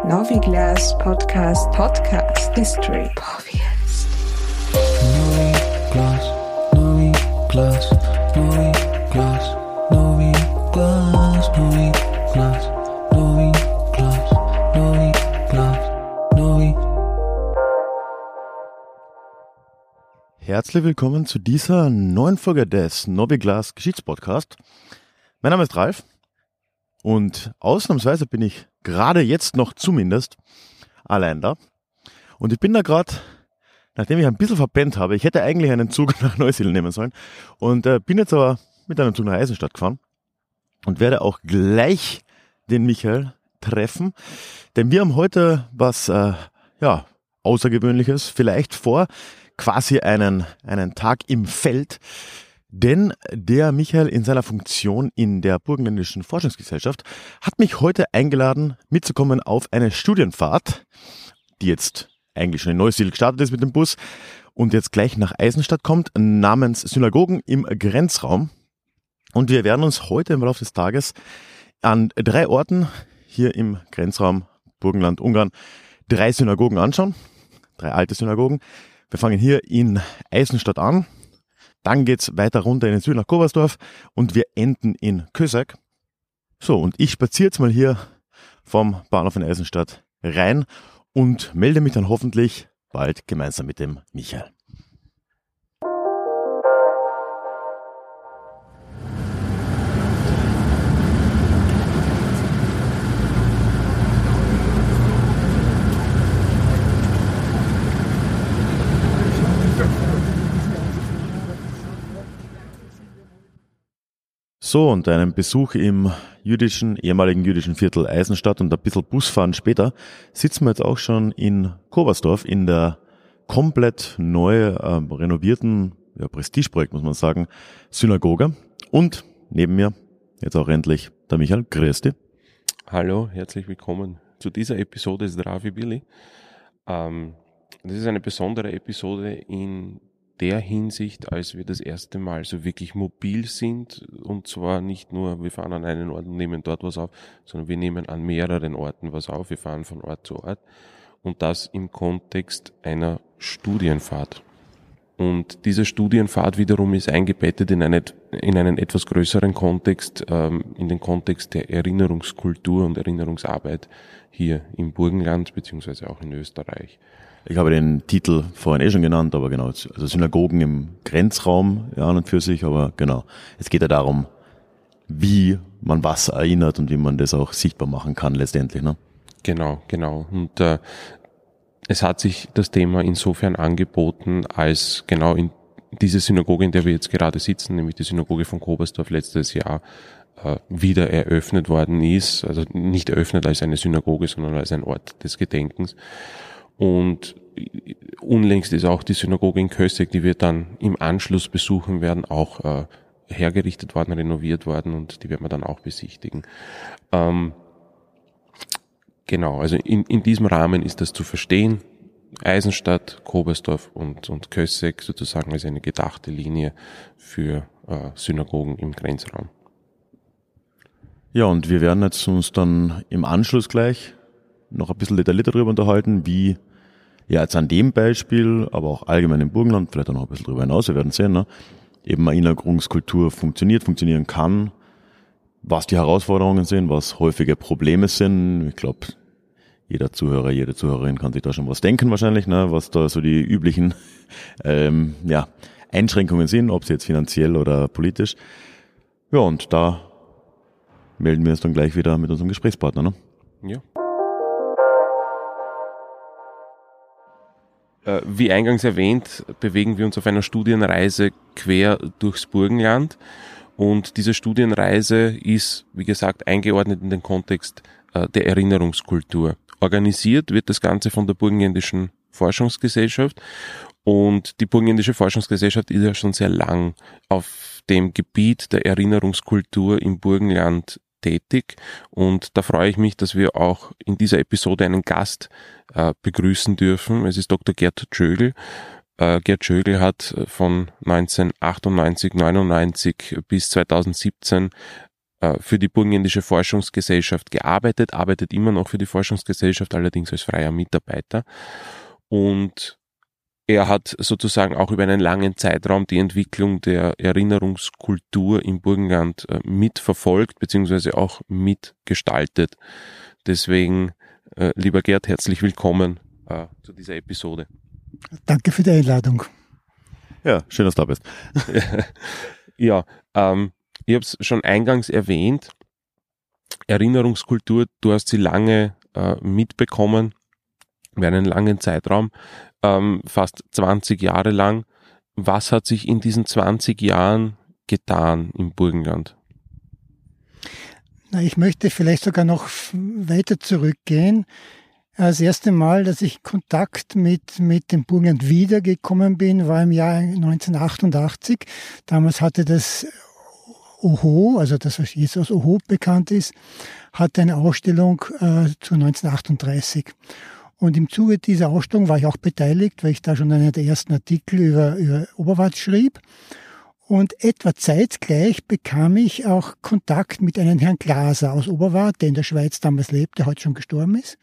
Noviglas Podcast History. Podcast. Noviglas. Herzlich willkommen zu dieser neuen Folge des Noviglas Geschichtspodcast. Mein Name ist Ralf und ausnahmsweise bin ich gerade jetzt noch zumindest allein da. Und ich bin da gerade, nachdem ich ein bisschen verpennt habe, ich hätte eigentlich einen Zug nach Neusiedl nehmen sollen und bin jetzt aber mit einem Zug nach Eisenstadt gefahren und werde auch gleich den Michael treffen, denn wir haben heute was Außergewöhnliches vielleicht vor, quasi einen Tag im Feld, denn der Michael in seiner Funktion in der Burgenländischen Forschungsgesellschaft hat mich heute eingeladen, mitzukommen auf eine Studienfahrt, die jetzt eigentlich schon in Neusiedl gestartet ist mit dem Bus und jetzt gleich nach Eisenstadt kommt, namens Synagogen im Grenzraum. Und wir werden uns heute im Verlauf des Tages an 3 Orten hier im Grenzraum Burgenland-Ungarn 3 Synagogen anschauen, 3 alte Synagogen. Wir fangen hier in Eisenstadt an, dann geht's weiter runter in den Süden nach Kobersdorf und wir enden in Köseck. So, und ich spaziere jetzt mal hier vom Bahnhof in Eisenstadt rein und melde mich dann hoffentlich bald gemeinsam mit dem Michael. So, und einen Besuch im ehemaligen jüdischen Viertel Eisenstadt und ein bisschen Busfahren später sitzen wir jetzt auch schon in Kobersdorf in der komplett neu renovierten, Prestigeprojekt muss man sagen, Synagoge. Und neben mir jetzt auch endlich der Michael. Grüß dich. Hallo, herzlich willkommen zu dieser Episode des Ravi Billy. Das ist eine besondere Episode in der Hinsicht, als wir das erste Mal so wirklich mobil sind, und zwar nicht nur, wir fahren an einen Ort und nehmen dort was auf, sondern wir nehmen an mehreren Orten was auf, wir fahren von Ort zu Ort und das im Kontext einer Studienfahrt. Und diese Studienfahrt wiederum ist eingebettet in einen etwas größeren Kontext, in den Kontext der Erinnerungskultur und Erinnerungsarbeit hier im Burgenland beziehungsweise auch in Österreich. Ich habe den Titel vorhin schon genannt, aber genau, also Synagogen im Grenzraum, ja, an und für sich, aber genau. Es geht ja darum, wie man was erinnert und wie man das auch sichtbar machen kann letztendlich, ne? Genau. Und es hat sich das Thema insofern angeboten, als genau in diese Synagoge, in der wir jetzt gerade sitzen, nämlich die Synagoge von Kobersdorf letztes Jahr wieder eröffnet worden ist, also nicht eröffnet als eine Synagoge, sondern als ein Ort des Gedenkens. Und unlängst ist auch die Synagoge in Köseck, die wir dann im Anschluss besuchen werden, auch hergerichtet worden, renoviert worden und die werden wir dann auch besichtigen. Genau, also in diesem Rahmen ist das zu verstehen. Eisenstadt, Kobersdorf und Köseck sozusagen als eine gedachte Linie für Synagogen im Grenzraum. Ja, und wir werden jetzt uns dann im Anschluss gleich noch ein bisschen detaillierter darüber unterhalten, wie jetzt an dem Beispiel, aber auch allgemein im Burgenland, vielleicht auch noch ein bisschen darüber hinaus, wir werden sehen, ne, eben Erinnerungskultur funktionieren kann, was die Herausforderungen sind, was häufige Probleme sind. Ich glaube, jeder Zuhörer, jede Zuhörerin kann sich da schon was denken wahrscheinlich, ne, was da so die üblichen Einschränkungen sind, ob sie jetzt finanziell oder politisch. Ja, und da melden wir uns dann gleich wieder mit unserem Gesprächspartner, ne? Ja. Wie eingangs erwähnt, bewegen wir uns auf einer Studienreise quer durchs Burgenland und diese Studienreise ist, wie gesagt, eingeordnet in den Kontext der Erinnerungskultur. Organisiert wird das Ganze von der Burgenländischen Forschungsgesellschaft und die Burgenländische Forschungsgesellschaft ist ja schon sehr lang auf dem Gebiet der Erinnerungskultur im Burgenland tätig und da freue ich mich, dass wir auch in dieser Episode einen Gast begrüßen dürfen. Es ist Dr. Gerd Tschögl. Gerd Tschögl hat von 1998, 99 bis 2017 für die Burgenländische Forschungsgesellschaft gearbeitet, arbeitet immer noch für die Forschungsgesellschaft, allerdings als freier Mitarbeiter. Und er hat sozusagen auch über einen langen Zeitraum die Entwicklung der Erinnerungskultur im Burgenland mitverfolgt, beziehungsweise auch mitgestaltet. Deswegen, lieber Gerd, herzlich willkommen zu dieser Episode. Danke für die Einladung. Ja, schön, dass du da bist. Ja, ich habe es schon eingangs erwähnt, Erinnerungskultur, du hast sie lange mitbekommen, über einen langen Zeitraum, fast 20 Jahre lang. Was hat sich in diesen 20 Jahren getan im Burgenland? Na, ich möchte vielleicht sogar noch weiter zurückgehen. Das erste Mal, dass ich in Kontakt mit dem Burgenland wiedergekommen bin, war im Jahr 1988. Damals hatte das OHO, also das, was jetzt als OHO bekannt ist, hatte eine Ausstellung zu 1938. Und im Zuge dieser Ausstellung war ich auch beteiligt, weil ich da schon einen der ersten Artikel über Oberwart schrieb. Und etwa zeitgleich bekam ich auch Kontakt mit einem Herrn Glaser aus Oberwart, der in der Schweiz damals lebte, heute schon gestorben ist.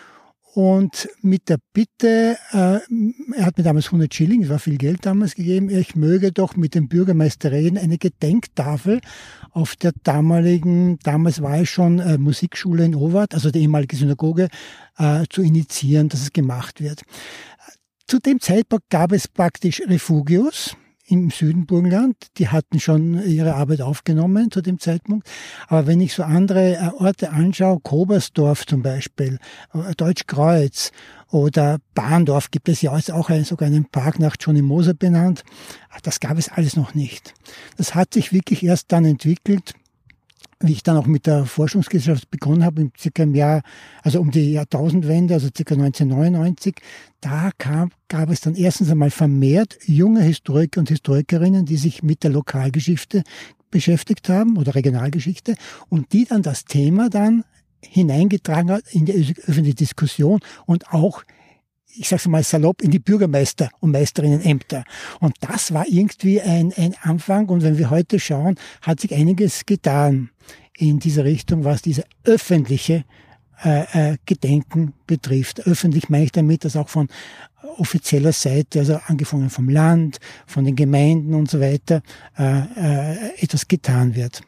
Und mit der Bitte, er hat mir damals 100 Schilling, das war viel Geld damals gegeben, ich möge doch mit dem Bürgermeister reden, eine Gedenktafel auf der damals war es schon Musikschule in Oberwart, also die ehemalige Synagoge, zu initiieren, dass es gemacht wird. Zu dem Zeitpunkt gab es praktisch Refugios im Süden Burgenland, die hatten schon ihre Arbeit aufgenommen zu dem Zeitpunkt. Aber wenn ich so andere Orte anschaue, Kobersdorf zum Beispiel, Deutschkreuz oder Bahndorf gibt es ja jetzt auch sogar einen Park nach Johnny Moser benannt, das gab es alles noch nicht. Das hat sich wirklich erst dann entwickelt, wie ich dann auch mit der Forschungsgesellschaft begonnen habe, circa im Jahr, also um die Jahrtausendwende, also circa 1999, da gab es dann erstens einmal vermehrt junge Historiker und Historikerinnen, die sich mit der Lokalgeschichte beschäftigt haben oder Regionalgeschichte und die dann das Thema dann hineingetragen hat in die öffentliche Diskussion und auch, ich sag's mal salopp, in die Bürgermeister- und Meisterinnenämter. Und das war irgendwie ein Anfang. Und wenn wir heute schauen, hat sich einiges getan in dieser Richtung, was diese öffentliche Gedenken betrifft. Öffentlich meine ich damit, dass auch von offizieller Seite, also angefangen vom Land, von den Gemeinden und so weiter, etwas getan wird.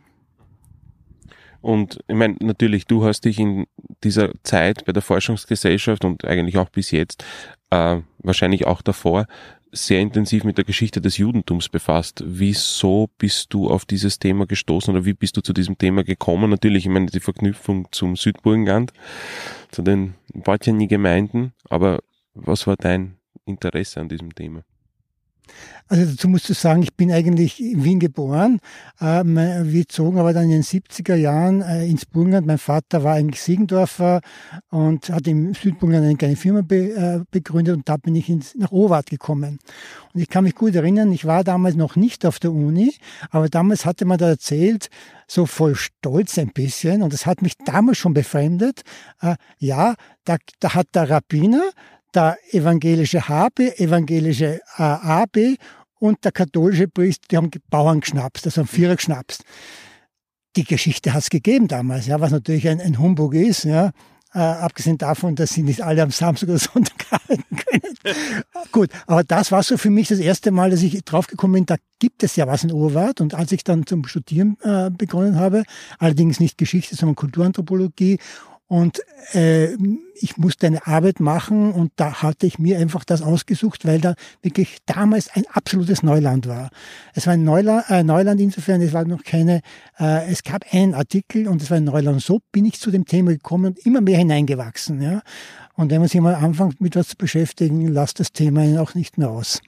Und ich meine, natürlich, du hast dich in dieser Zeit bei der Forschungsgesellschaft und eigentlich auch bis jetzt, wahrscheinlich auch davor, sehr intensiv mit der Geschichte des Judentums befasst. Wieso bist du auf dieses Thema gestoßen oder wie bist du zu diesem Thema gekommen? Natürlich, ich meine, die Verknüpfung zum Südburgenland, zu den Bartjani-Gemeinden, aber was war dein Interesse an diesem Thema? Also dazu musst du sagen, ich bin eigentlich in Wien geboren. Wir zogen aber dann in den 70er Jahren ins Burgenland. Mein Vater war eigentlich Siegendorfer und hat im Südburgenland eine kleine Firma begründet und da bin ich nach Oberwart gekommen. Und ich kann mich gut erinnern, ich war damals noch nicht auf der Uni, aber damals hatte man da erzählt, so voll Stolz ein bisschen, und das hat mich damals schon befremdet, da hat der Rabbiner, der evangelische HB, evangelische AB und der katholische Priester, die haben Bauern geschnapst, also haben Vierer geschnapst. Die Geschichte hat es gegeben damals, ja, was natürlich ein Humbug ist, ja, abgesehen davon, dass sie nicht alle am Samstag oder Sonntag arbeiten können. Gut, aber das war so für mich das erste Mal, dass ich draufgekommen bin, da gibt es ja was in Oberwart. Und als ich dann zum Studieren begonnen habe, allerdings nicht Geschichte, sondern Kulturanthropologie, und ich musste eine Arbeit machen und da hatte ich mir einfach das ausgesucht, weil da wirklich damals ein absolutes Neuland war. Es war ein Neuland insofern, es war noch es gab einen Artikel und es war ein Neuland. So bin ich zu dem Thema gekommen und immer mehr hineingewachsen. Ja? Und wenn man sich mal anfängt, mit was zu beschäftigen, lasst das Thema ihn auch nicht mehr aus.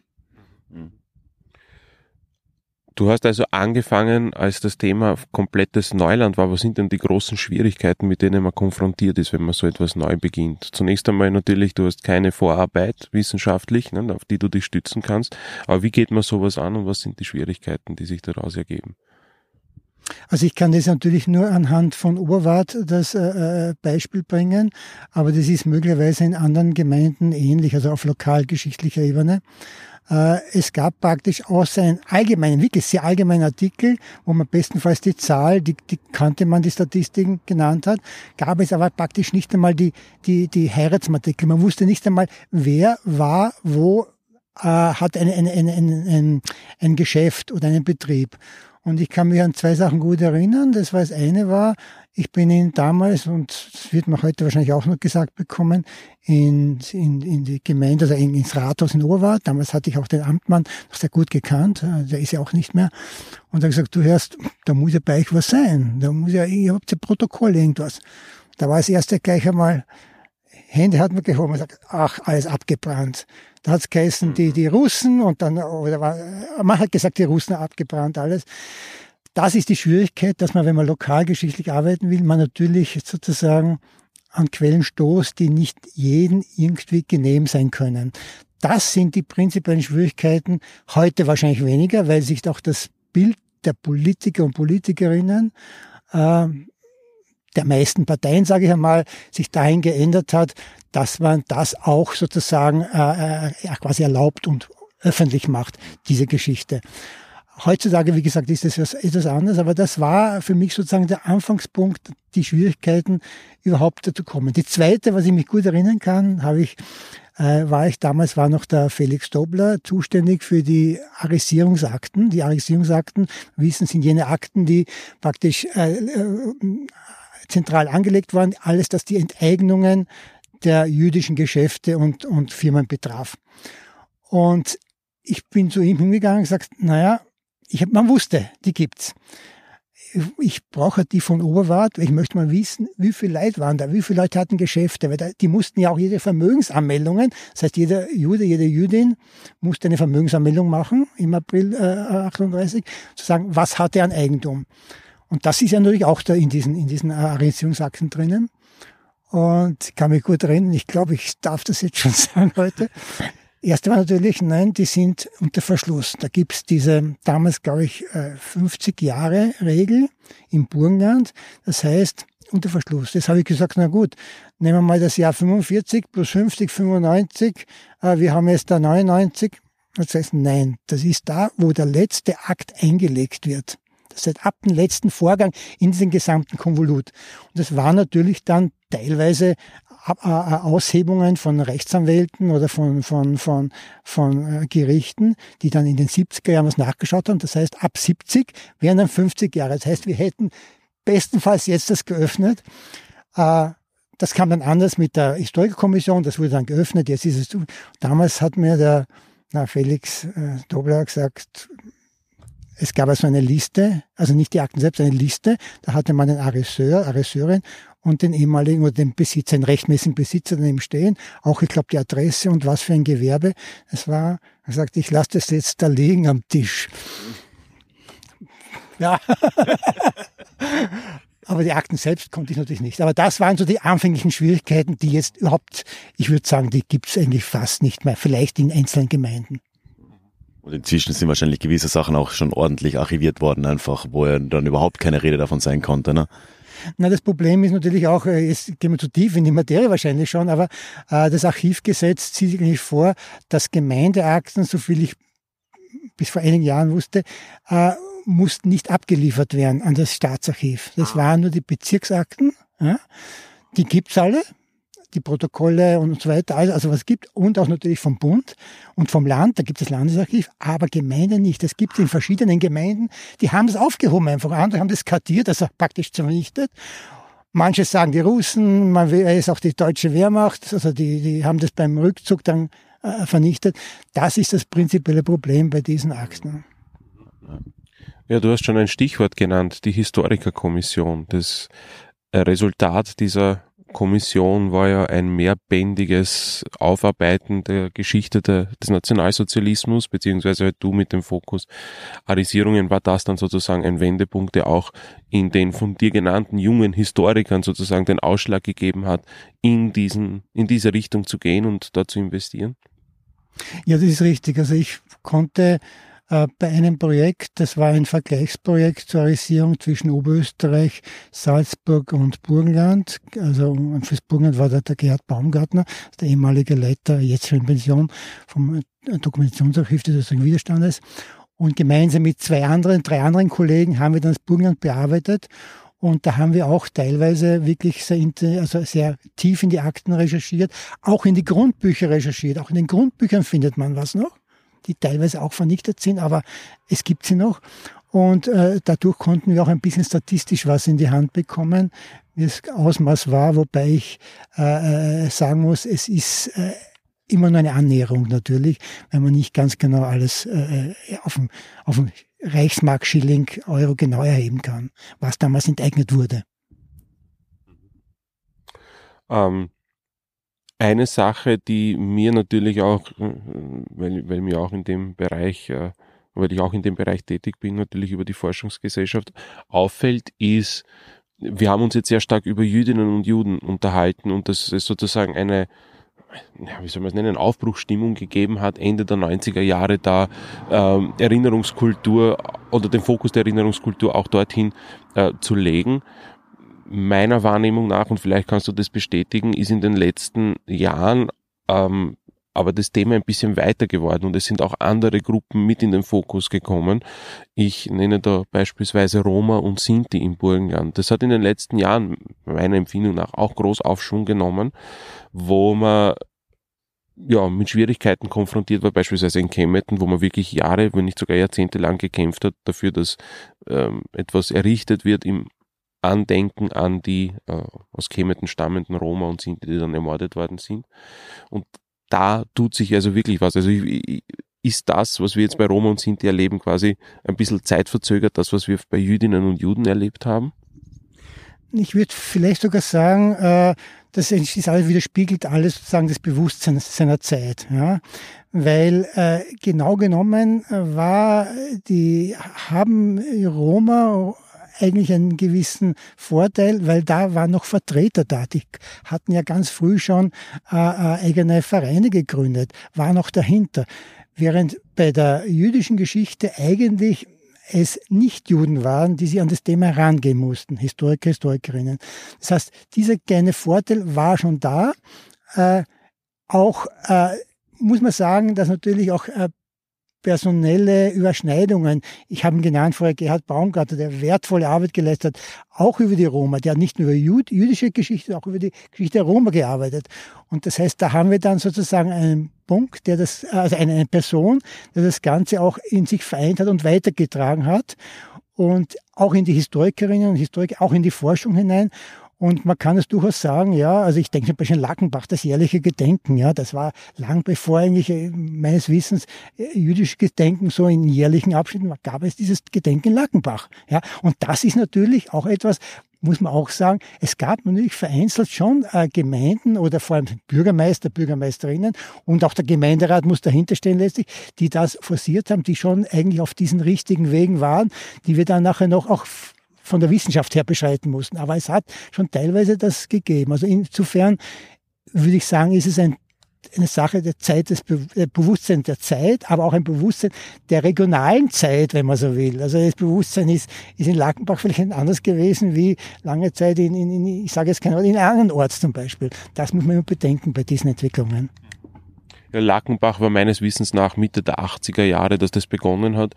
Du hast also angefangen, als das Thema komplettes Neuland war. Was sind denn die großen Schwierigkeiten, mit denen man konfrontiert ist, wenn man so etwas neu beginnt? Zunächst einmal natürlich, du hast keine Vorarbeit wissenschaftlich, ne, auf die du dich stützen kannst. Aber wie geht man sowas an und was sind die Schwierigkeiten, die sich daraus ergeben? Also ich kann das natürlich nur anhand von Oberwart das Beispiel bringen, aber das ist möglicherweise in anderen Gemeinden ähnlich, also auf lokalgeschichtlicher Ebene. Es gab praktisch außer einen allgemeinen, wirklich sehr allgemeinen Artikel, wo man bestenfalls die Zahl, die kannte man, die Statistiken genannt hat, gab es aber praktisch nicht einmal die Heiratsmatrikel. Man wusste nicht einmal, wer war, wo, hat ein Geschäft oder einen Betrieb. Und ich kann mich an 2 Sachen gut erinnern. Das eine war, ich bin damals, und das wird man heute wahrscheinlich auch noch gesagt bekommen, in die Gemeinde, also ins Rathaus in Oberwart. Damals hatte ich auch den Amtmann noch sehr gut gekannt, der ist ja auch nicht mehr. Und er hat gesagt, du hörst, da muss ja bei euch was sein. Ihr habt ja Protokoll, irgendwas. Da war das erste gleich einmal, Hände hat man gehoben und gesagt, ach, alles abgebrannt. Da hat's geheißen, die Russen und dann, man hat gesagt, die Russen abgebrannt, alles. Das ist die Schwierigkeit, dass man, wenn man lokalgeschichtlich arbeiten will, man natürlich sozusagen an Quellen stoßt, die nicht jedem irgendwie genehm sein können. Das sind die prinzipiellen Schwierigkeiten, heute wahrscheinlich weniger, weil sich auch das Bild der Politiker und Politikerinnen der meisten Parteien, sage ich einmal, sich dahin geändert hat, dass man das auch sozusagen quasi erlaubt und öffentlich macht, diese Geschichte. Heutzutage, wie gesagt, ist das etwas anderes, aber das war für mich sozusagen der Anfangspunkt, die Schwierigkeiten überhaupt dazu kommen. Die zweite, was ich mich gut erinnern kann, war noch der Felix Dobler zuständig für die Arisierungsakten. Die Arisierungsakten, wissen, sind jene Akten, die praktisch zentral angelegt waren, alles, das die Enteignungen der jüdischen Geschäfte und Firmen betraf. Und ich bin zu ihm hingegangen und gesagt, man wusste, die gibt's. Ich brauche die von Oberwart, ich möchte mal wissen, wie viele Leute waren da, wie viele Leute hatten Geschäfte, weil die mussten ja auch jede Vermögensanmeldungen, das heißt jeder Jude, jede Jüdin musste eine Vermögensanmeldung machen im April 38, zu sagen, was hat er an Eigentum. Und das ist ja natürlich auch da in diesen Arisierungsakten drinnen. Und ich kann mich gut erinnern, ich glaube, ich darf das jetzt schon sagen heute. Erste war natürlich, nein, die sind unter Verschluss. Da gibt's diese, damals glaube ich, 50-Jahre-Regel im Burgenland. Das heißt, unter Verschluss. Das habe ich gesagt, na gut, nehmen wir mal das Jahr 45 plus 50, 95. Wir haben jetzt da 99. Das heißt, nein, das ist da, wo der letzte Akt eingelegt wird. Das heißt, ab dem letzten Vorgang in den gesamten Konvolut. Und das war natürlich dann teilweise Aushebungen von Rechtsanwälten oder von Gerichten, die dann in den 70er Jahren was nachgeschaut haben. Das heißt, ab 70 wären dann 50 Jahre. Das heißt, wir hätten bestenfalls jetzt das geöffnet. Das kam dann anders mit der Historikerkommission. Das wurde dann geöffnet. Jetzt ist es, damals hat mir der Felix Dobler gesagt, es gab also eine Liste, also nicht die Akten selbst, eine Liste. Da hatte man den Ariseurin und den ehemaligen oder den Besitzer, den rechtmäßigen Besitzer daneben stehen. Auch, ich glaube, die Adresse und was für ein Gewerbe. Er sagte, ich lasse das jetzt da liegen am Tisch. Ja. Aber die Akten selbst konnte ich natürlich nicht. Aber das waren so die anfänglichen Schwierigkeiten, die jetzt überhaupt, ich würde sagen, die gibt es eigentlich fast nicht mehr. Vielleicht in einzelnen Gemeinden. Und inzwischen sind wahrscheinlich gewisse Sachen auch schon ordentlich archiviert worden, einfach, wo ja dann überhaupt keine Rede davon sein konnte, ne? Na, das Problem ist natürlich auch, jetzt gehen wir zu tief in die Materie wahrscheinlich schon, aber das Archivgesetz sieht eigentlich vor, dass Gemeindeakten, soviel ich bis vor einigen Jahren wusste, mussten nicht abgeliefert werden an das Staatsarchiv. Das waren nur die Bezirksakten, ja? Die gibt's alle. Die Protokolle und so weiter, also was es gibt, und auch natürlich vom Bund und vom Land, da gibt es das Landesarchiv, aber Gemeinden nicht. Es gibt in verschiedenen Gemeinden, die haben es aufgehoben einfach, andere haben das kartiert, also praktisch vernichtet. Manche sagen die Russen, man weiß auch die deutsche Wehrmacht, also die haben das beim Rückzug dann vernichtet. Das ist das prinzipielle Problem bei diesen Akten. Ja, du hast schon ein Stichwort genannt, die Historikerkommission. Das Resultat dieser Kommission war ja ein mehrbändiges Aufarbeiten der Geschichte des Nationalsozialismus, beziehungsweise halt du mit dem Fokus Arisierungen. War das dann sozusagen ein Wendepunkt, der auch in den von dir genannten jungen Historikern sozusagen den Ausschlag gegeben hat, in diese Richtung zu gehen und da zu investieren? Ja, das ist richtig. Also ich konnte bei einem Projekt, das war ein Vergleichsprojekt zur Arisierung zwischen Oberösterreich, Salzburg und Burgenland. Also fürs Burgenland war der Gerhard Baumgartner, der ehemalige Leiter, jetzt schon in Pension, vom Dokumentationsarchiv des österreichischen Widerstandes. Und gemeinsam mit drei anderen Kollegen haben wir dann das Burgenland bearbeitet. Und da haben wir auch teilweise wirklich sehr tief in die Akten recherchiert, auch in die Grundbücher recherchiert. Auch in den Grundbüchern findet man was noch, die teilweise auch vernichtet sind, aber es gibt sie noch. Und dadurch konnten wir auch ein bisschen statistisch was in die Hand bekommen, wie das Ausmaß war, wobei ich sagen muss, es ist immer nur eine Annäherung natürlich, weil man nicht ganz genau alles auf dem Reichsmark, Schilling, Euro genau erheben kann, was damals enteignet wurde. Eine Sache, die mir natürlich auch, weil mir auch in dem Bereich, weil ich auch in dem Bereich tätig bin, natürlich über die Forschungsgesellschaft auffällt, ist, wir haben uns jetzt sehr stark über Jüdinnen und Juden unterhalten und dass es sozusagen eine, wie soll man es nennen, Aufbruchsstimmung gegeben hat, Ende der 90er Jahre, da Erinnerungskultur oder den Fokus der Erinnerungskultur auch dorthin zu legen. Meiner Wahrnehmung nach, und vielleicht kannst du das bestätigen, ist in den letzten Jahren aber das Thema ein bisschen weiter geworden und es sind auch andere Gruppen mit in den Fokus gekommen. Ich nenne da beispielsweise Roma und Sinti im Burgenland. Das hat in den letzten Jahren meiner Empfindung nach auch groß Aufschwung genommen, wo man mit Schwierigkeiten konfrontiert war, beispielsweise in Kemetten, wo man wirklich Jahre, wenn nicht sogar Jahrzehnte lang gekämpft hat dafür, dass etwas errichtet wird im Andenken an die aus Kemetten stammenden Roma und Sinti, die dann ermordet worden sind. Und da tut sich also wirklich was. Also ist das, was wir jetzt bei Roma und Sinti erleben, quasi ein bisschen zeitverzögert, das, was wir bei Jüdinnen und Juden erlebt haben? Ich würde vielleicht sogar sagen, das alles widerspiegelt alles sozusagen das Bewusstsein seiner Zeit. Ja? Weil genau genommen haben Roma eigentlich einen gewissen Vorteil, weil da waren noch Vertreter da. Die hatten ja ganz früh schon eigene Vereine gegründet, waren noch dahinter. Während bei der jüdischen Geschichte eigentlich es nicht Juden waren, die sich an das Thema herangehen mussten, Historiker, Historikerinnen. Das heißt, dieser kleine Vorteil war schon da. Auch muss man sagen, dass natürlich auch personelle Überschneidungen. Ich habe ihn genannt vorher, Gerhard Baumgartner, der wertvolle Arbeit geleistet hat, auch über die Roma. Der hat nicht nur über jüdische Geschichte, auch über die Geschichte der Roma gearbeitet. Und das heißt, da haben wir dann sozusagen einen Punkt, also eine Person, der das Ganze auch in sich vereint hat und weitergetragen hat. Und auch in die Historikerinnen und Historiker, auch in die Forschung hinein. Und man kann es durchaus sagen, ja, also ich denke zum Beispiel an Lackenbach, das jährliche Gedenken, ja, das war lang bevor eigentlich meines Wissens jüdisches Gedenken so in jährlichen Abschnitten gab es dieses Gedenken in Lackenbach, ja. Und das ist natürlich auch etwas, muss man auch sagen, es gab natürlich vereinzelt schon Gemeinden oder vor allem Bürgermeister, Bürgermeisterinnen und auch der Gemeinderat muss dahinter stehen letztlich, die das forciert haben, die schon eigentlich auf diesen richtigen Wegen waren, die wir dann nachher noch auch von der Wissenschaft her beschreiten mussten. Aber es hat schon teilweise das gegeben. Also insofern würde ich sagen, ist es eine Sache der Zeit, des Bewusstseins der Zeit, aber auch ein Bewusstsein der regionalen Zeit, wenn man so will. Also das Bewusstsein ist in Lackenbach vielleicht anders gewesen wie lange Zeit ich sage jetzt kein Wort, in einem anderen Ort zum Beispiel. Das muss man immer bedenken bei diesen Entwicklungen. Ja, Lackenbach war meines Wissens nach Mitte der 80er Jahre, dass das begonnen hat.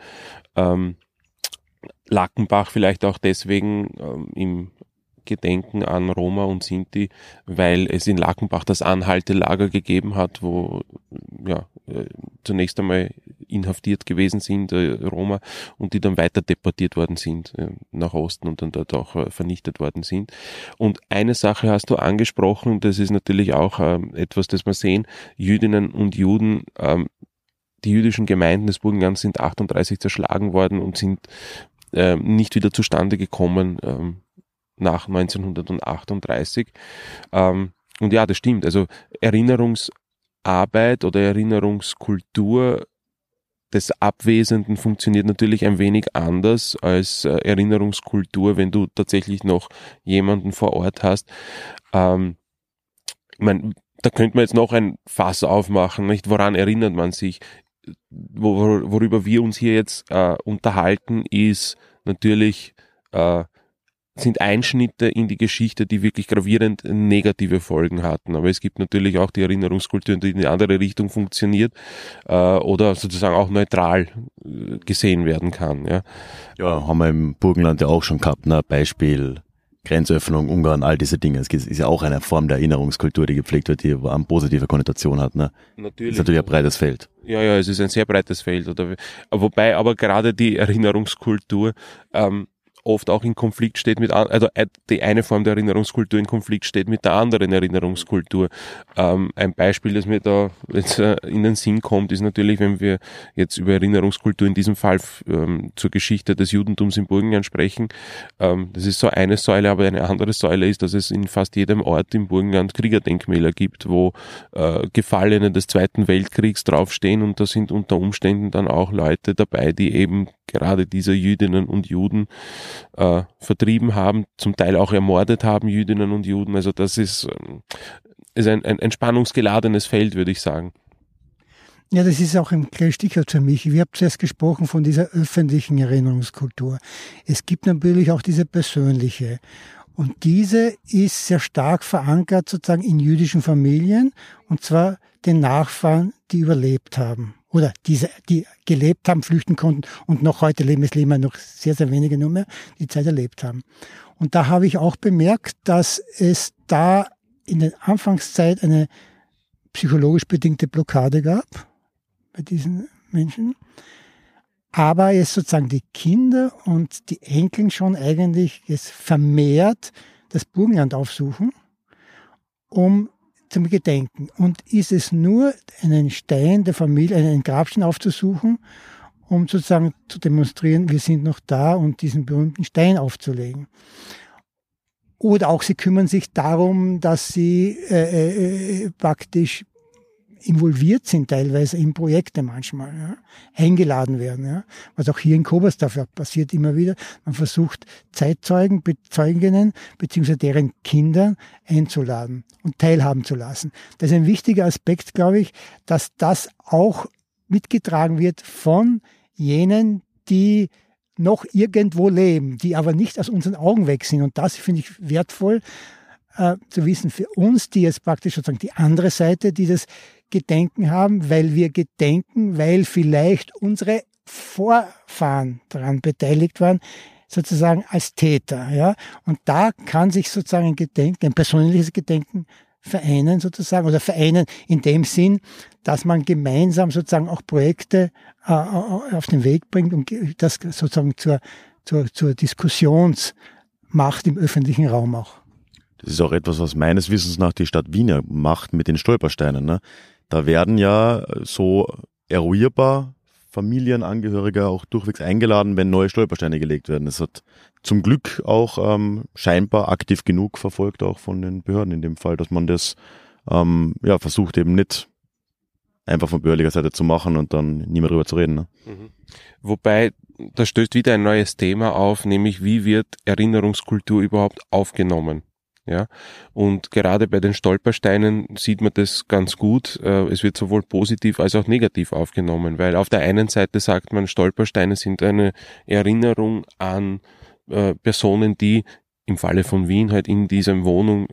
Lackenbach vielleicht auch deswegen im Gedenken an Roma und Sinti, weil es in Lackenbach das Anhaltelager gegeben hat, wo zunächst einmal inhaftiert gewesen sind Roma und die dann weiter deportiert worden sind nach Osten und dann dort auch vernichtet worden sind. Und eine Sache hast du angesprochen, das ist natürlich auch etwas, das wir sehen, Jüdinnen und Juden, die jüdischen Gemeinden des Burgenlands sind 38 zerschlagen worden und sind nicht wieder zustande gekommen nach 1938. Und ja, das stimmt. Also Erinnerungsarbeit oder Erinnerungskultur des Abwesenden funktioniert natürlich ein wenig anders als Erinnerungskultur, wenn du tatsächlich noch jemanden vor Ort hast. Ich meine, da könnte man jetzt noch ein Fass aufmachen, nicht? Woran erinnert man sich? worüber wir uns hier jetzt unterhalten, ist natürlich sind Einschnitte in die Geschichte, die wirklich gravierend negative Folgen hatten. Aber es gibt natürlich auch die Erinnerungskultur, die in die andere Richtung funktioniert oder sozusagen auch neutral gesehen werden kann. Ja, ja, haben wir im Burgenland ja auch schon gehabt, ne? Beispiel Grenzöffnung, Ungarn, all diese Dinge. Es ist ja auch eine Form der Erinnerungskultur, die gepflegt wird, die eine positive Konnotation hat. Ne? Natürlich. Ist natürlich ein breites Feld. Ja, es ist ein sehr breites Feld. Wobei aber gerade die Erinnerungskultur oft auch in Konflikt steht also die eine Form der Erinnerungskultur in Konflikt steht mit der anderen Erinnerungskultur. Ein Beispiel, das mir da jetzt in den Sinn kommt, ist natürlich, wenn wir jetzt über Erinnerungskultur in diesem Fall zur Geschichte des Judentums im Burgenland sprechen. Das ist so eine Säule, aber eine andere Säule ist, dass es in fast jedem Ort im Burgenland Kriegerdenkmäler gibt, wo Gefallene des Zweiten Weltkriegs draufstehen, und da sind unter Umständen dann auch Leute dabei, die eben gerade diese Jüdinnen und Juden vertrieben haben, zum Teil auch ermordet haben, Jüdinnen und Juden. Also das ist ein spannungsgeladenes Feld, würde ich sagen. Ja, das ist auch ein Stichwort für mich. Wir haben zuerst gesprochen von dieser öffentlichen Erinnerungskultur. Es gibt natürlich auch diese persönliche. Und diese ist sehr stark verankert sozusagen in jüdischen Familien, und zwar den Nachfahren, die überlebt haben. Oder die gelebt haben, flüchten konnten und noch heute leben. Es leben ja noch sehr, sehr wenige nur mehr, die Zeit erlebt haben. Und da habe ich auch bemerkt, dass es da in der Anfangszeit eine psychologisch bedingte Blockade gab bei diesen Menschen. Aber jetzt sozusagen die Kinder und die Enkeln schon eigentlich jetzt vermehrt das Burgenland aufsuchen, um zum Gedenken. Und ist es nur einen Stein der Familie, einen Grabstein aufzusuchen, um sozusagen zu demonstrieren, wir sind noch da, und diesen berühmten Stein aufzulegen. Oder auch sie kümmern sich darum, dass sie praktisch involviert sind, teilweise in Projekte manchmal, ja, eingeladen werden. Ja. Was auch hier in Kobersdorf passiert immer wieder. Man versucht, Zeitzeugen, Zeuginnen beziehungsweise deren Kinder einzuladen und teilhaben zu lassen. Das ist ein wichtiger Aspekt, glaube ich, dass das auch mitgetragen wird von jenen, die noch irgendwo leben, die aber nicht aus unseren Augen weg sind. Und das finde ich wertvoll zu wissen für uns, die jetzt praktisch sozusagen die andere Seite, die das Gedenken haben, weil wir gedenken, weil vielleicht unsere Vorfahren daran beteiligt waren, sozusagen als Täter. Ja? Und da kann sich sozusagen ein Gedenken, ein persönliches Gedenken vereinen sozusagen, oder vereinen in dem Sinn, dass man gemeinsam sozusagen auch Projekte auf den Weg bringt und das sozusagen zur Diskussionsmacht im öffentlichen Raum auch. Das ist auch etwas, was meines Wissens nach die Stadt Wien ja macht mit den Stolpersteinen. Ne? Da werden ja so eruierbar Familienangehörige auch durchwegs eingeladen, wenn neue Stolpersteine gelegt werden. Das hat zum Glück auch scheinbar aktiv genug verfolgt, auch von den Behörden in dem Fall, dass man das versucht eben nicht einfach von behördlicher Seite zu machen und dann nie mehr drüber zu reden. Ne? Mhm. Wobei, da stößt wieder ein neues Thema auf, nämlich wie wird Erinnerungskultur überhaupt aufgenommen? Ja, und gerade bei den Stolpersteinen sieht man das ganz gut. Es wird sowohl positiv als auch negativ aufgenommen, weil auf der einen Seite sagt man, Stolpersteine sind eine Erinnerung an Personen, die im Falle von Wien halt in dieser Wohnung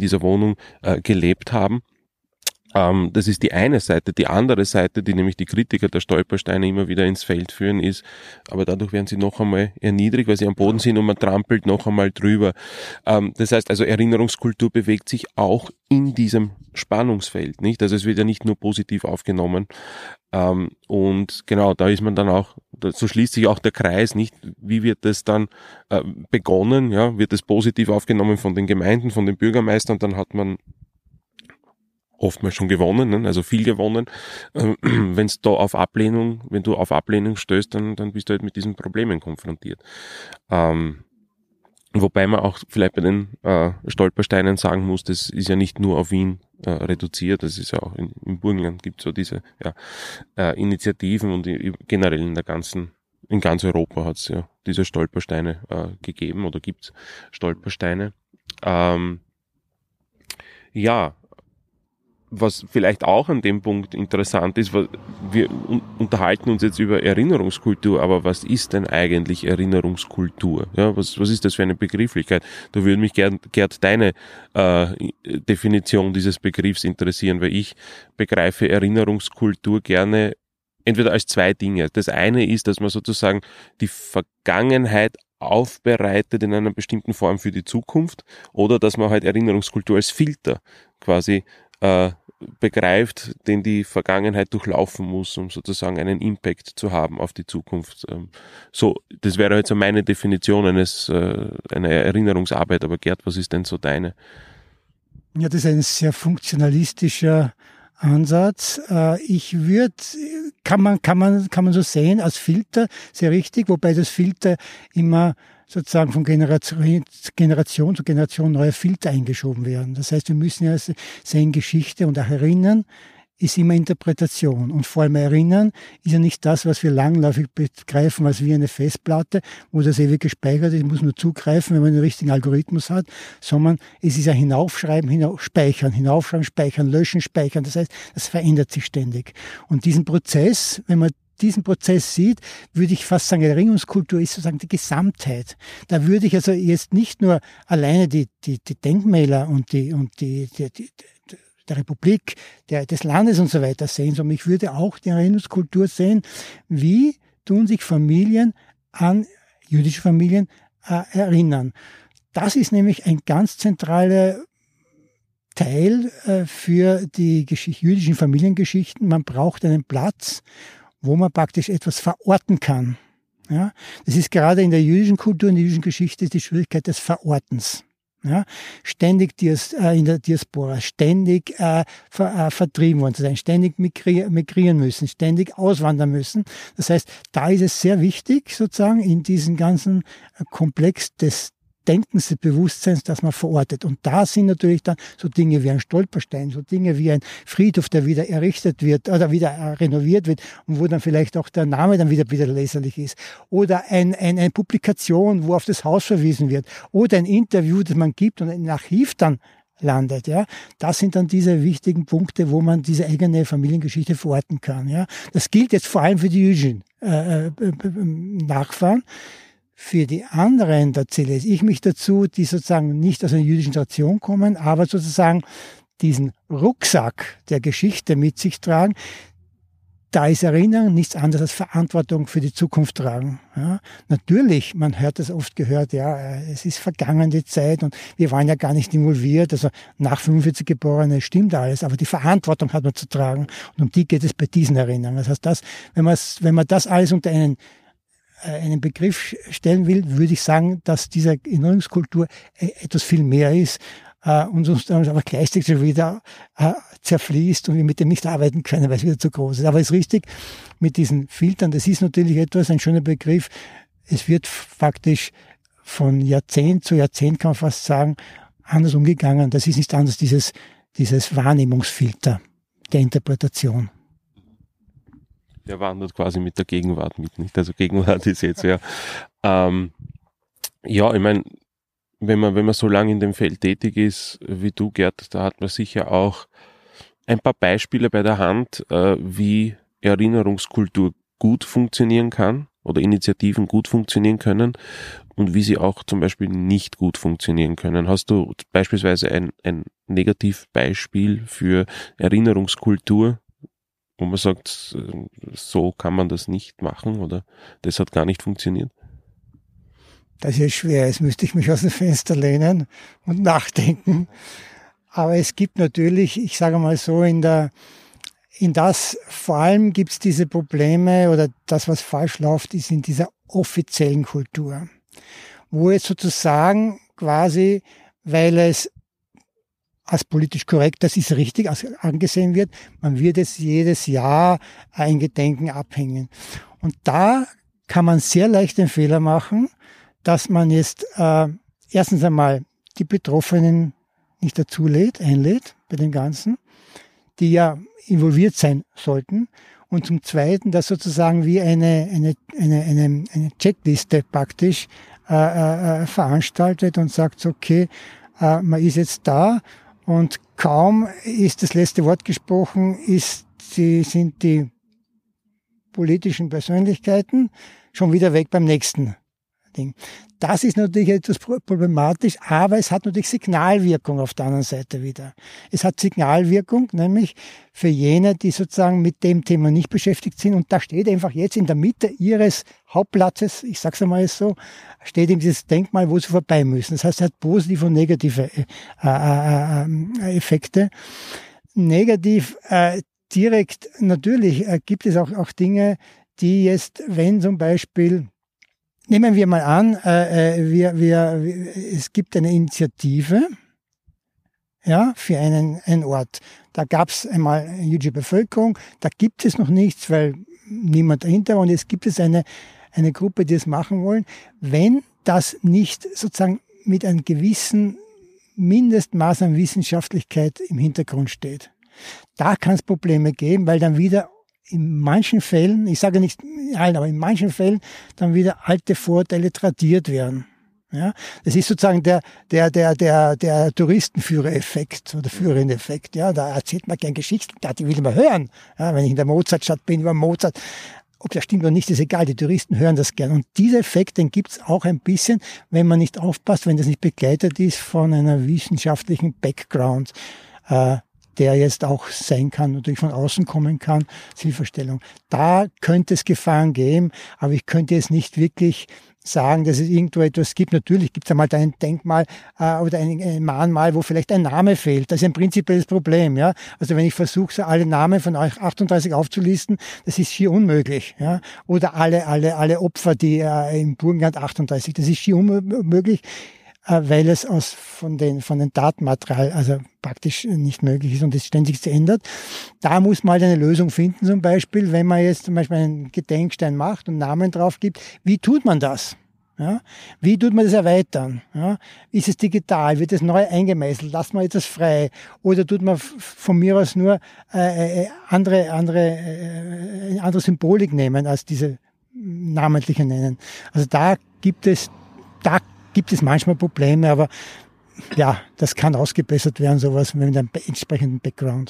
gelebt haben. Das ist die eine Seite. Die andere Seite, die nämlich die Kritiker der Stolpersteine immer wieder ins Feld führen, ist, aber dadurch werden sie noch einmal erniedrigt, weil sie am Boden sind und man trampelt noch einmal drüber. Das heißt also, Erinnerungskultur bewegt sich auch in diesem Spannungsfeld, nicht? Also es wird ja nicht nur positiv aufgenommen. Und genau, da ist man dann auch, so schließt sich auch der Kreis, nicht? Wie wird das dann begonnen? Ja, wird es positiv aufgenommen von den Gemeinden, von den Bürgermeistern, dann hat man oftmals schon gewonnen, also viel gewonnen. Wenn du auf Ablehnung stößt, dann bist du halt mit diesen Problemen konfrontiert. Wobei man auch vielleicht bei den Stolpersteinen sagen muss, das ist ja nicht nur auf Wien reduziert, das ist ja auch im Burgenland gibt es so diese Initiativen, und generell in ganz Europa hat es ja diese Stolpersteine gegeben oder gibt es Stolpersteine. was vielleicht auch an dem Punkt interessant ist, wir unterhalten uns jetzt über Erinnerungskultur, aber was ist denn eigentlich Erinnerungskultur? Ja, was ist das für eine Begrifflichkeit? Da würde mich Gerd deine Definition dieses Begriffs interessieren, weil ich begreife Erinnerungskultur gerne entweder als zwei Dinge. Das eine ist, dass man sozusagen die Vergangenheit aufbereitet in einer bestimmten Form für die Zukunft, oder dass man halt Erinnerungskultur als Filter quasi begreift, den die Vergangenheit durchlaufen muss, um sozusagen einen Impact zu haben auf die Zukunft. So, das wäre halt so meine Definition einer Erinnerungsarbeit. Aber Gerd, was ist denn so deine? Ja, das ist ein sehr funktionalistischer Ansatz. Kann man so sehen als Filter, sehr richtig, wobei das Filter immer sozusagen von Generation zu Generation neue Filter eingeschoben werden. Das heißt, wir müssen ja sehen, Geschichte und auch Erinnern ist immer Interpretation. Und vor allem Erinnern ist ja nicht das, was wir langläufig begreifen als wie eine Festplatte, wo das ewig gespeichert ist, ich muss nur zugreifen, wenn man den richtigen Algorithmus hat, sondern es ist ja hinaufschreiben, speichern, löschen, speichern. Das heißt, das verändert sich ständig. Und diesen Prozess, wenn man diesen Prozess sieht, würde ich fast sagen, Erinnerungskultur ist sozusagen die Gesamtheit. Da würde ich also jetzt nicht nur alleine die Denkmäler und der Republik, des Landes und so weiter sehen, sondern ich würde auch die Erinnerungskultur sehen, wie tun sich jüdische Familien erinnern. Das ist nämlich ein ganz zentraler Teil für die jüdischen Familiengeschichten. Man braucht einen Platz, wo man praktisch etwas verorten kann. Ja, das ist gerade in der jüdischen Kultur, in der jüdischen Geschichte die Schwierigkeit des Verortens. Ja, ständig in der Diaspora, ständig vertrieben worden zu sein, ständig migrieren müssen, ständig auswandern müssen. Das heißt, da ist es sehr wichtig, sozusagen in diesen ganzen Komplex des Denkens, des Bewusstseins, dass man verortet. Und da sind natürlich dann so Dinge wie ein Stolperstein, so Dinge wie ein Friedhof, der wieder errichtet wird oder wieder renoviert wird und wo dann vielleicht auch der Name dann wieder leserlich ist. Oder eine Publikation, wo auf das Haus verwiesen wird. Oder ein Interview, das man gibt und ein Archiv dann landet. Ja, das sind dann diese wichtigen Punkte, wo man diese eigene Familiengeschichte verorten kann. Ja, das gilt jetzt vor allem für die jüdischen Nachfahren. Für die anderen, da zähle ich mich dazu, die sozusagen nicht aus einer jüdischen Tradition kommen, aber sozusagen diesen Rucksack der Geschichte mit sich tragen. Da ist Erinnern nichts anderes als Verantwortung für die Zukunft tragen. Ja, natürlich, man hört das oft gehört, ja, es ist vergangene Zeit und wir waren ja gar nicht involviert, also nach 45 Geborene stimmt alles, aber die Verantwortung hat man zu tragen und um die geht es bei diesen Erinnerungen. Das heißt, wenn man das alles unter einen Begriff stellen will, würde ich sagen, dass diese Erinnerungskultur etwas viel mehr ist und uns dann aber gleichzeitig schon wieder zerfließt und wir mit dem nicht arbeiten können, weil es wieder zu groß ist. Aber es ist richtig, mit diesen Filtern, das ist natürlich ein schöner Begriff. Es wird faktisch von Jahrzehnt zu Jahrzehnt, kann man fast sagen, anders umgegangen. Das ist nichts anderes, dieses Wahrnehmungsfilter der Interpretation. Der wandert quasi mit der Gegenwart mit, nicht? Also Gegenwart ist jetzt ja, ich meine, wenn man so lange in dem Feld tätig ist wie du, Gerd, da hat man sicher auch ein paar Beispiele bei der Hand, wie Erinnerungskultur gut funktionieren kann oder Initiativen gut funktionieren können und wie sie auch zum Beispiel nicht gut funktionieren können. Hast du beispielsweise ein Negativbeispiel für Erinnerungskultur, wo man sagt, so kann man das nicht machen oder das hat gar nicht funktioniert? Das ist schwer. Jetzt müsste ich mich aus dem Fenster lehnen und nachdenken. Aber es gibt natürlich, ich sage mal so, vor allem gibt es diese Probleme oder das, was falsch läuft, ist in dieser offiziellen Kultur. Wo jetzt sozusagen quasi, weil es als politisch korrekt, das ist richtig, angesehen wird, man wird es jedes Jahr ein Gedenken abhängen. Und da kann man sehr leicht den Fehler machen, dass man jetzt erstens einmal die Betroffenen nicht dazu einlädt bei dem Ganzen, die ja involviert sein sollten. Und zum Zweiten, dass sozusagen wie eine Checkliste praktisch veranstaltet und sagt, okay, man ist jetzt da Und kaum ist das letzte Wort gesprochen, sind die politischen Persönlichkeiten schon wieder weg beim nächsten Ding. Das ist natürlich etwas problematisch, aber es hat natürlich Signalwirkung auf der anderen Seite wieder. Es hat Signalwirkung, nämlich für jene, die sozusagen mit dem Thema nicht beschäftigt sind. Und da steht einfach jetzt in der Mitte ihres Hauptplatzes, ich sag's einmal so, steht eben dieses Denkmal, wo sie vorbei müssen. Das heißt, es hat positive und negative Effekte. Negativ direkt, natürlich gibt es auch Dinge, die jetzt, wenn zum Beispiel, nehmen wir mal an, es gibt eine Initiative, ja, für einen Ort. Da gab es einmal eine jüdische Bevölkerung, da gibt es noch nichts, weil niemand dahinter war, und jetzt gibt es eine Gruppe, die es machen wollen. Wenn das nicht sozusagen mit einem gewissen Mindestmaß an Wissenschaftlichkeit im Hintergrund steht, da kann es Probleme geben, weil dann wieder in manchen Fällen, ich sage nicht in allen, aber in manchen Fällen dann wieder alte Vorurteile tradiert werden. Ja, das ist sozusagen der Touristenführer-Effekt oder Führerin-Effekt. Ja, da erzählt man gern Geschichten, die will man hören. Ja, wenn ich in der Mozartstadt bin, über Mozart, ob das stimmt oder nicht, ist egal. Die Touristen hören das gern. Und dieser Effekt, den gibt's auch ein bisschen, wenn man nicht aufpasst, wenn das nicht begleitet ist von einer wissenschaftlichen Background, der jetzt auch sein kann, natürlich von außen kommen kann, Hilfestellung. Da könnte es Gefahren geben, aber ich könnte jetzt nicht wirklich sagen, dass es irgendwo etwas gibt. Natürlich gibt es einmal da ein Denkmal oder ein Mahnmal, wo vielleicht ein Name fehlt. Das ist ein prinzipielles Problem. Ja? Also wenn ich versuche, so alle Namen von euch 38 aufzulisten, das ist schier unmöglich. Ja? Oder alle Opfer, die im Burgenland 38, das ist schier unmöglich, weil es von den Datenmaterial also praktisch nicht möglich ist und es ständig ändert. Da muss man halt eine Lösung finden, zum Beispiel, wenn man jetzt zum Beispiel einen Gedenkstein macht und Namen drauf gibt. Wie tut man das? Ja? Wie tut man das erweitern? Ja? Ist es digital? Wird es neu eingemeißelt? Lasst man etwas frei? Oder tut man von mir aus nur andere Symbolik nehmen, als diese namentliche nennen? Also da gibt es manchmal Probleme, aber ja, das kann ausgebessert werden, sowas mit einem entsprechenden Background.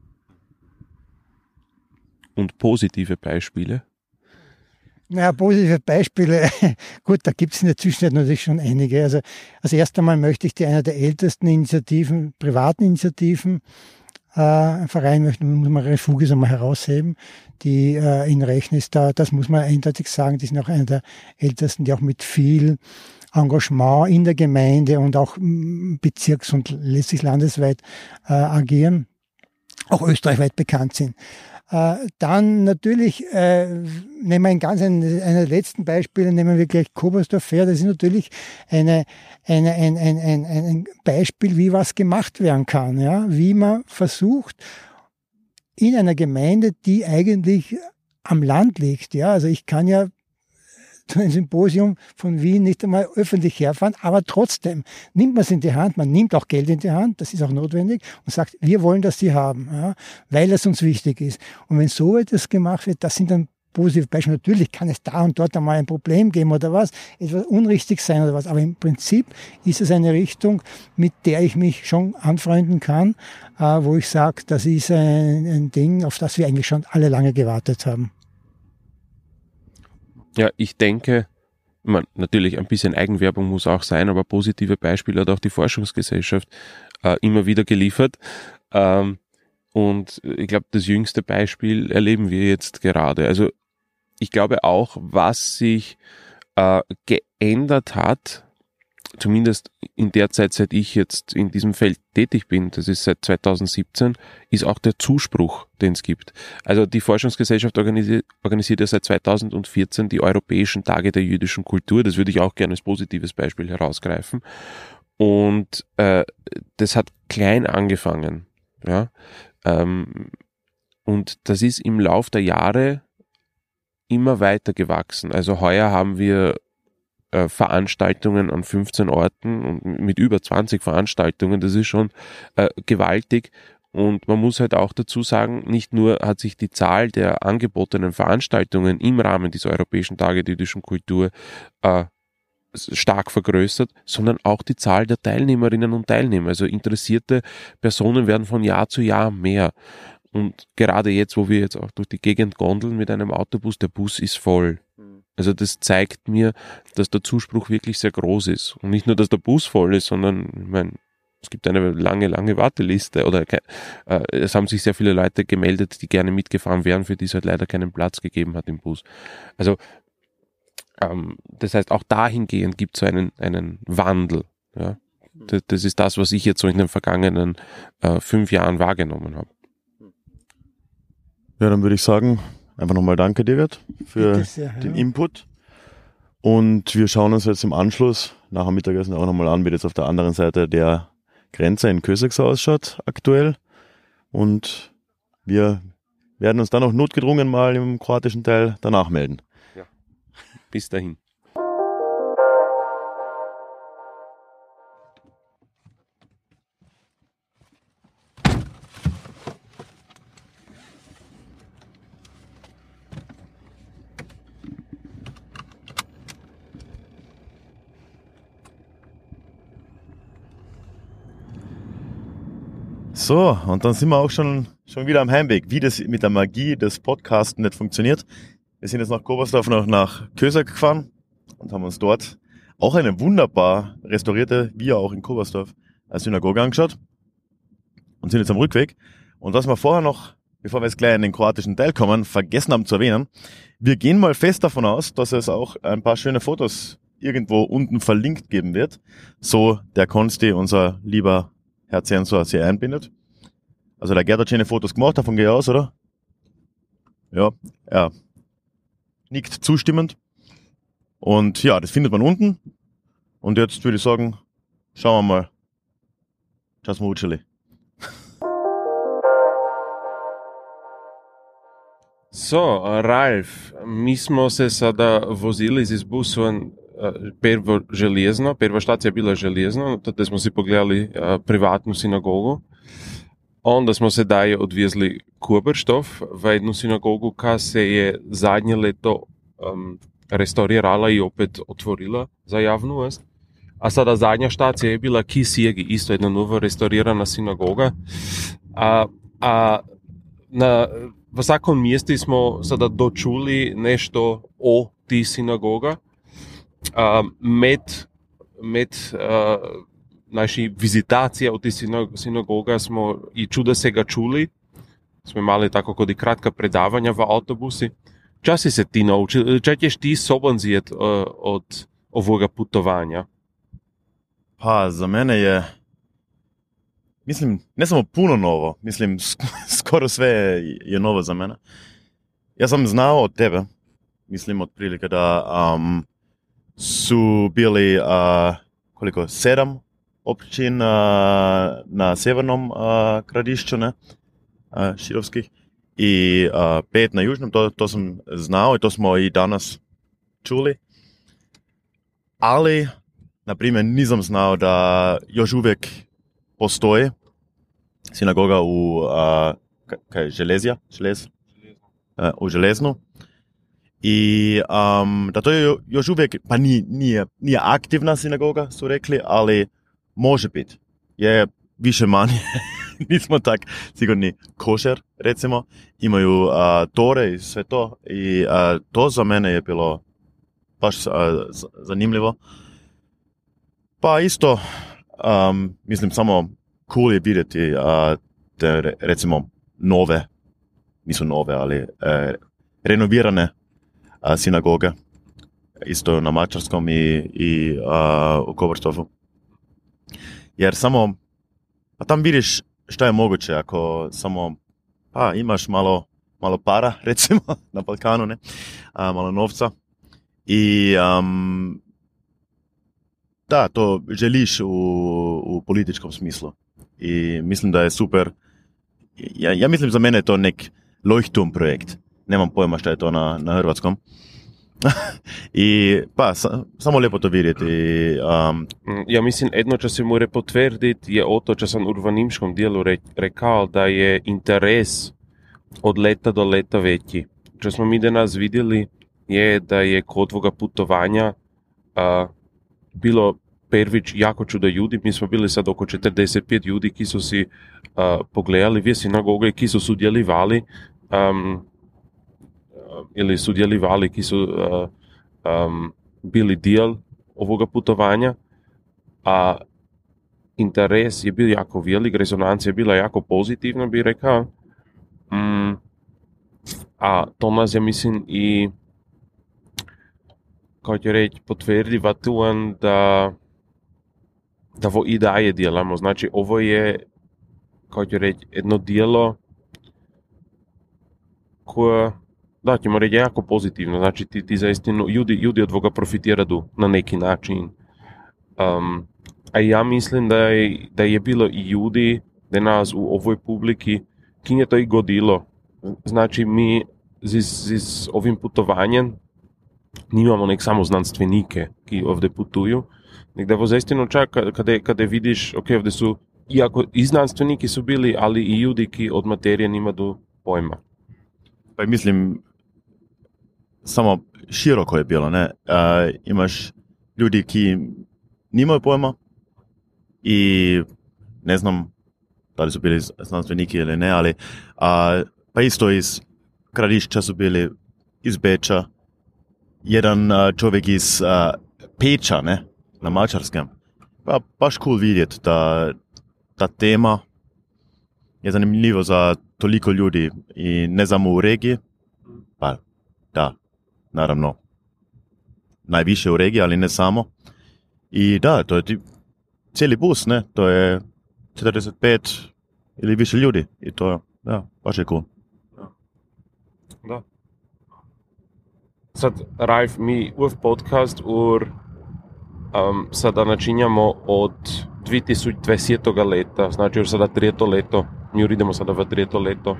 Und positive Beispiele? Naja, positive Beispiele, gut, da gibt es in der Zwischenzeit natürlich schon einige. Also erst einmal möchte ich einer der ältesten Initiativen, privaten Initiativen, ein Verein muss man Refugis einmal herausheben, die in Rechnen ist da, das muss man eindeutig sagen, die sind auch einer der ältesten, die auch mit viel Engagement in der Gemeinde und auch bezirks- und letztlich landesweit agieren, auch österreichweit bekannt sind. Dann natürlich, nehmen wir einer der letzten Beispiele, nehmen wir gleich Kobersdorf her, das ist natürlich ein Beispiel, wie was gemacht werden kann, ja, wie man versucht, in einer Gemeinde, die eigentlich am Land liegt, ja, also ich kann ja zu einem Symposium von Wien nicht einmal öffentlich herfahren, aber trotzdem nimmt man es in die Hand, man nimmt auch Geld in die Hand, das ist auch notwendig, und sagt, wir wollen, dass die haben, ja, weil es uns wichtig ist. Und wenn so etwas gemacht wird, das sind dann positive Beispiele. Natürlich kann es da und dort einmal ein Problem geben oder was, etwas unrichtig sein oder was, aber im Prinzip ist es eine Richtung, mit der ich mich schon anfreunden kann, wo ich sage, das ist ein Ding, auf das wir eigentlich schon alle lange gewartet haben. Ja, ich denke, natürlich ein bisschen Eigenwerbung muss auch sein, aber positive Beispiele hat auch die Forschungsgesellschaft immer wieder geliefert. Und ich glaube, das jüngste Beispiel erleben wir jetzt gerade. Also ich glaube auch, was sich geändert hat, zumindest in der Zeit, seit ich jetzt in diesem Feld tätig bin, das ist seit 2017, ist auch der Zuspruch, den es gibt. Also die Forschungsgesellschaft organisiert ja seit 2014 die Europäischen Tage der jüdischen Kultur. Das würde ich auch gerne als positives Beispiel herausgreifen. Und das hat klein angefangen. Ja? Und das ist im Lauf der Jahre immer weiter gewachsen. Also heuer haben wir Veranstaltungen an 15 Orten und mit über 20 Veranstaltungen, das ist schon gewaltig. Und man muss halt auch dazu sagen, nicht nur hat sich die Zahl der angebotenen Veranstaltungen im Rahmen dieser Europäischen Tage der jüdischen Kultur stark vergrößert, sondern auch die Zahl der Teilnehmerinnen und Teilnehmer. Also interessierte Personen werden von Jahr zu Jahr mehr. Und gerade jetzt, wo wir jetzt auch durch die Gegend gondeln mit einem Autobus, der Bus ist voll. Also das zeigt mir, dass der Zuspruch wirklich sehr groß ist. Und nicht nur, dass der Bus voll ist, sondern, ich meine, es gibt eine lange Warteliste oder es haben sich sehr viele Leute gemeldet, die gerne mitgefahren wären, für die es halt leider keinen Platz gegeben hat im Bus. Also das heißt, auch dahingehend gibt es so einen Wandel. Ja? Das ist das, was ich jetzt so in den vergangenen 5 Jahren wahrgenommen habe. Ja, dann würde ich sagen, einfach nochmal danke, David, für den Input. Und wir schauen uns jetzt im Anschluss nach dem Mittagessen auch nochmal an, wie das auf der anderen Seite der Grenze in Kösex ausschaut aktuell. Und wir werden uns dann auch notgedrungen mal im kroatischen Teil danach melden. Ja. Bis dahin. So, und dann sind wir auch schon wieder am Heimweg. Wie das mit der Magie des Podcasts nicht funktioniert. Wir sind jetzt nach Kobersdorf noch nach Köseck gefahren und haben uns dort auch eine wunderbar restaurierte, wie auch in Kobersdorf, Synagoge angeschaut und sind jetzt am Rückweg. Und was wir vorher noch, bevor wir jetzt gleich in den kroatischen Teil kommen, vergessen haben zu erwähnen, wir gehen mal fest davon aus, dass es auch ein paar schöne Fotos irgendwo unten verlinkt geben wird, so der Konsti, unser lieber Herr Zensor, sie einbindet. Also der Gerd hat schöne Fotos gemacht, davon gehe ich aus, oder? Ja, er nickt zustimmend. Und ja, das findet man unten. Und jetzt würde ich sagen, schauen wir mal. Čas smo učili. So, Ralf, mi smo se sada vozili iz busom prva štacija je bila Željezno, tada smo si pogledali privatnu sinagogu. Onda smo se daje odvezli Koberstov v jednu sinagogu, ka se je zadnje leto restaurirala i opet otvorila za javnost. A sada zadnja štacija je bila Kisjegi, isto jedna nova restaurirana sinagoga. V vsakom mjestu smo sada dočuli nešto o ti sinagoga. Med naši vizitacija u ti sinagoga smo i čuda se ga čuli. Smo imali tako kod i kratka predavanja v autobusi. Ča si se ti naučil? Ča ćeš ti soban zijet od ovoga putovanja? Pa, za mene je, mislim, ne samo puno novo, mislim, skoro sve je novo za mene. Ja sam znao od tebe, mislim, otprilike da su bili, 7 općin na severnom Gradišću, ne, Širovskih, i 5 na južnom, to sam znao i to smo i danas čuli. Ali, na primjer, nisam znao da još uvijek postoji sinagoga u u Železnu. I da to je još uvijek, pa nije aktivna sinagoga, su rekli, ali može biti. Je više manje, nismo tak sigurni košer, recimo. Imaju tore i sve to. I to za mene je bilo baš zanimljivo. Pa isto, mislim, samo cool je vidjeti te, recimo, nisu nove, ali renovirane sinagoge, isto na Mačarskom i u Koberstofu. Jer samo, pa tam vidiš šta je moguće ako samo, imaš malo para, recimo, na Balkanu, ne, malo novca i da, to želiš u političkom smislu. I mislim da je super. Ja mislim za mene je to nek Leuchtturm projekt. Nemam pojma šta je to na hrvatskom. I pa, samo lijepo to vidjeti. Ja mislim, jedno čo se more potvrditi je o to, čo sam u urbanimskom dijelu rekao, da je interes od leta do leta veći. Čo smo mi danas vidjeli je da je kod ovoga putovanja bilo prvič jako čudo ljudi. Mi smo bili sad oko 45 ljudi, ki so si pogledali v sinagoge, ki so sudjelovali ki su bili del ovoga putovanja, a interes je bil jako velik, rezonancija je bila jako pozitivna, bi rekao. A to nas je, mislim, i kao ću reći, potvrdiva tuan da ovo i dalje djelamo. Znači, ovo je, kao ću reći, jedno djelo koje, da, ćemo reći, jako pozitivno. Znači, ti zaistinu, ljudi od ovoga profitiraju na neki način. A ja mislim da je bilo i ljudi, da nas u ovoj publiki, ki je to i godilo. Znači, mi z ovim putovanjem nimamo nek samo znanstvenike, ki ovdje putuju, nek da zaistinu čak kada vidiš, ok, ovdje su, iako i znanstveniki su bili, ali i ljudi, ki od materije nimaju pojma. Pa mislim, samo široko je bilo, ne? Imaš ljudi, ki nimaju pojma i ne znam da li su bili znanstveniki ili ne, ali pa isto iz Gradišća su bili, iz Beča, jedan čovjek iz Peča, ne, na Mačarskem. Pa baš cool vidjeti da ta tema je zanimljiva za toliko ljudi i ne samo u regiji, pa da, naravno, najviše u regiji, ali ne samo. I da, to je cijeli bus, ne, to je 45 ili više ljudi i to je, da, baš je cool. Da. Sad, Ralf, mi v podcast sada načinjamo od 2020. leta, znači už sada 3. leto, mi idemo sada v 3. leto.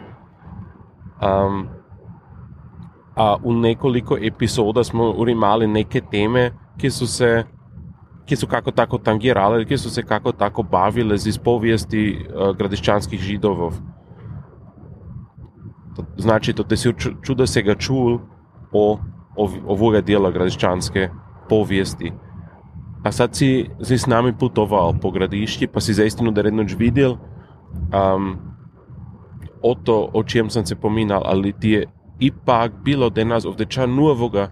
A u nekoliko epizoda smo imali neke teme, ki su kako tako tangirale, ki su se kako tako bavile z povijesti gradišćanskih židovov. Znači, to si čudo se ga čul o ovoga dijela gradišćanske povijesti. A sad si s nami putovao po Gradišći, pa si zaistinu da rednoć vidjel o to, o čijem sam se pominal, ali ti je ipak bilo da nas ovdje ča novoga,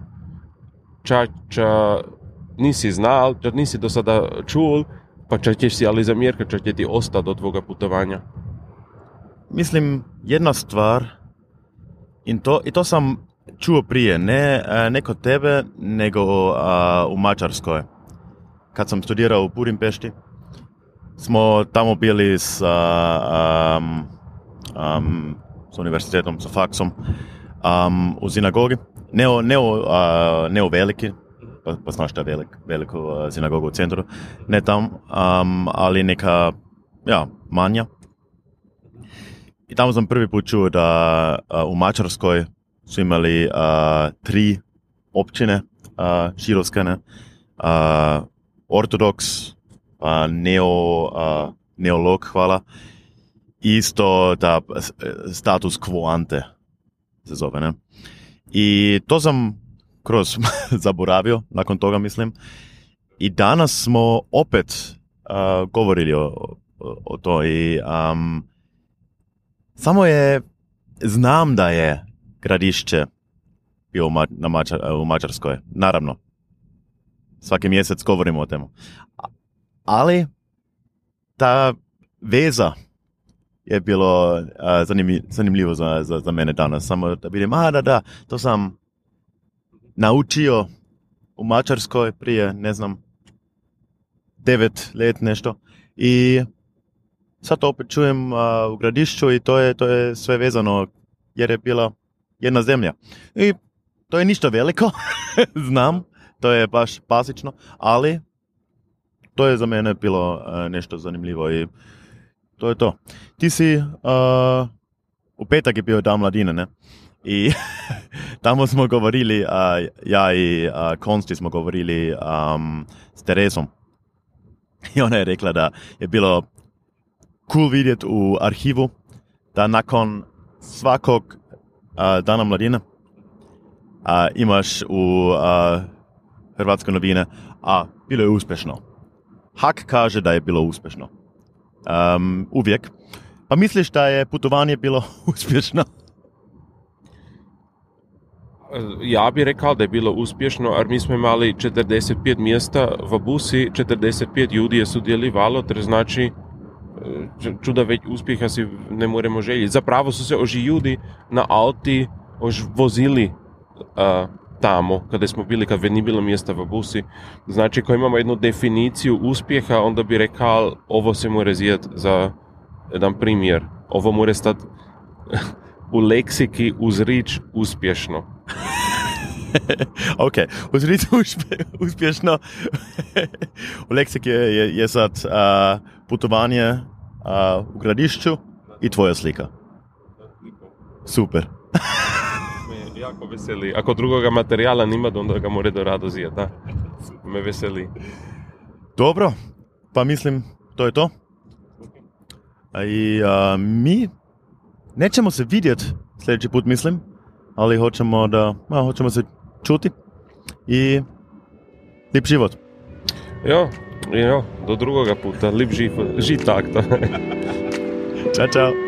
ča nisi znal, ča nisi do sada čul, pa ča ćeš si ali zamjerka, ča će ti ostati od tvoga putovanja. Mislim, jedna stvar, i to sam čuo prije, ne kod tebe, nego u Mađarskoj. Kad sam studirao u Budimpešti, smo tamo bili s univerzitetom, sa faksom, u sinagogi. Ne u veliki, pa znaš da je veliku sinagogu u centru, ne tam, ali neka, ja, manja. I tamo sam prvi put čuo da u Mađarskoj su imali 3 općine židovske, ortodoks, neolog, hvala, isto da status quo ante se zove, ne. I to sam kroz zaboravio, nakon toga mislim. I danas smo opet govorili o to i samo znam da je Gradišće bio u Mađarskoj, naravno. Svaki mjesec govorimo o temu. Ali ta veza je bilo zanimljivo za mene danas. Samo da vidim, da, to sam naučio u Mađarskoj prije, ne znam, 9 let nešto. I sad to opet čujem u Gradišću i to je sve vezano jer je bila jedna zemlja. I to je ništa veliko, znam, to je baš basično, ali to je za mene bilo nešto zanimljivo i to je to. Ti si, u petak je bio Dan mladine, ne? I tamo smo govorili, ja i Konsti smo govorili s Teresom. I ona je rekla da je bilo cool vidjeti u arhivu da nakon svakog Dana mladine imaš u hrvatske novine, a bilo je uspješno. Hak kaže da je bilo uspješno. Uvijek. Pa misliš da je putovanje bilo uspješno? Ja bi rekao da je bilo uspješno, jer mi smo imali 45 mjesta v busi, 45 ljudi je sudjelovalo, ter znači čuda već uspjeha si ne moremo željeti. Zapravo su se oži ljudi na auti vozili tamo, kada smo bili, kad već nije bilo mjesta v busi. Znači, ako imamo jednu definiciju uspjeha, onda bi rekao, ovo se mora zjeti za jedan primjer. Ovo mora stati u leksiki uz rič uspješno. Ok, uz rič uspješno. U leksiki je sad putovanje u gradišću i tvoja slika. Super. Me jako veseli. Ako drugoga materijala nima, onda ga mora rado zjeti, da. Me veseli. Dobro, pa mislim, to je to. I mi nećemo se vidjeti sljedeći put, mislim, ali hoćemo se čuti i lip život. Jo, do drugoga puta. Lip život. Ži takto. Ćao, čao.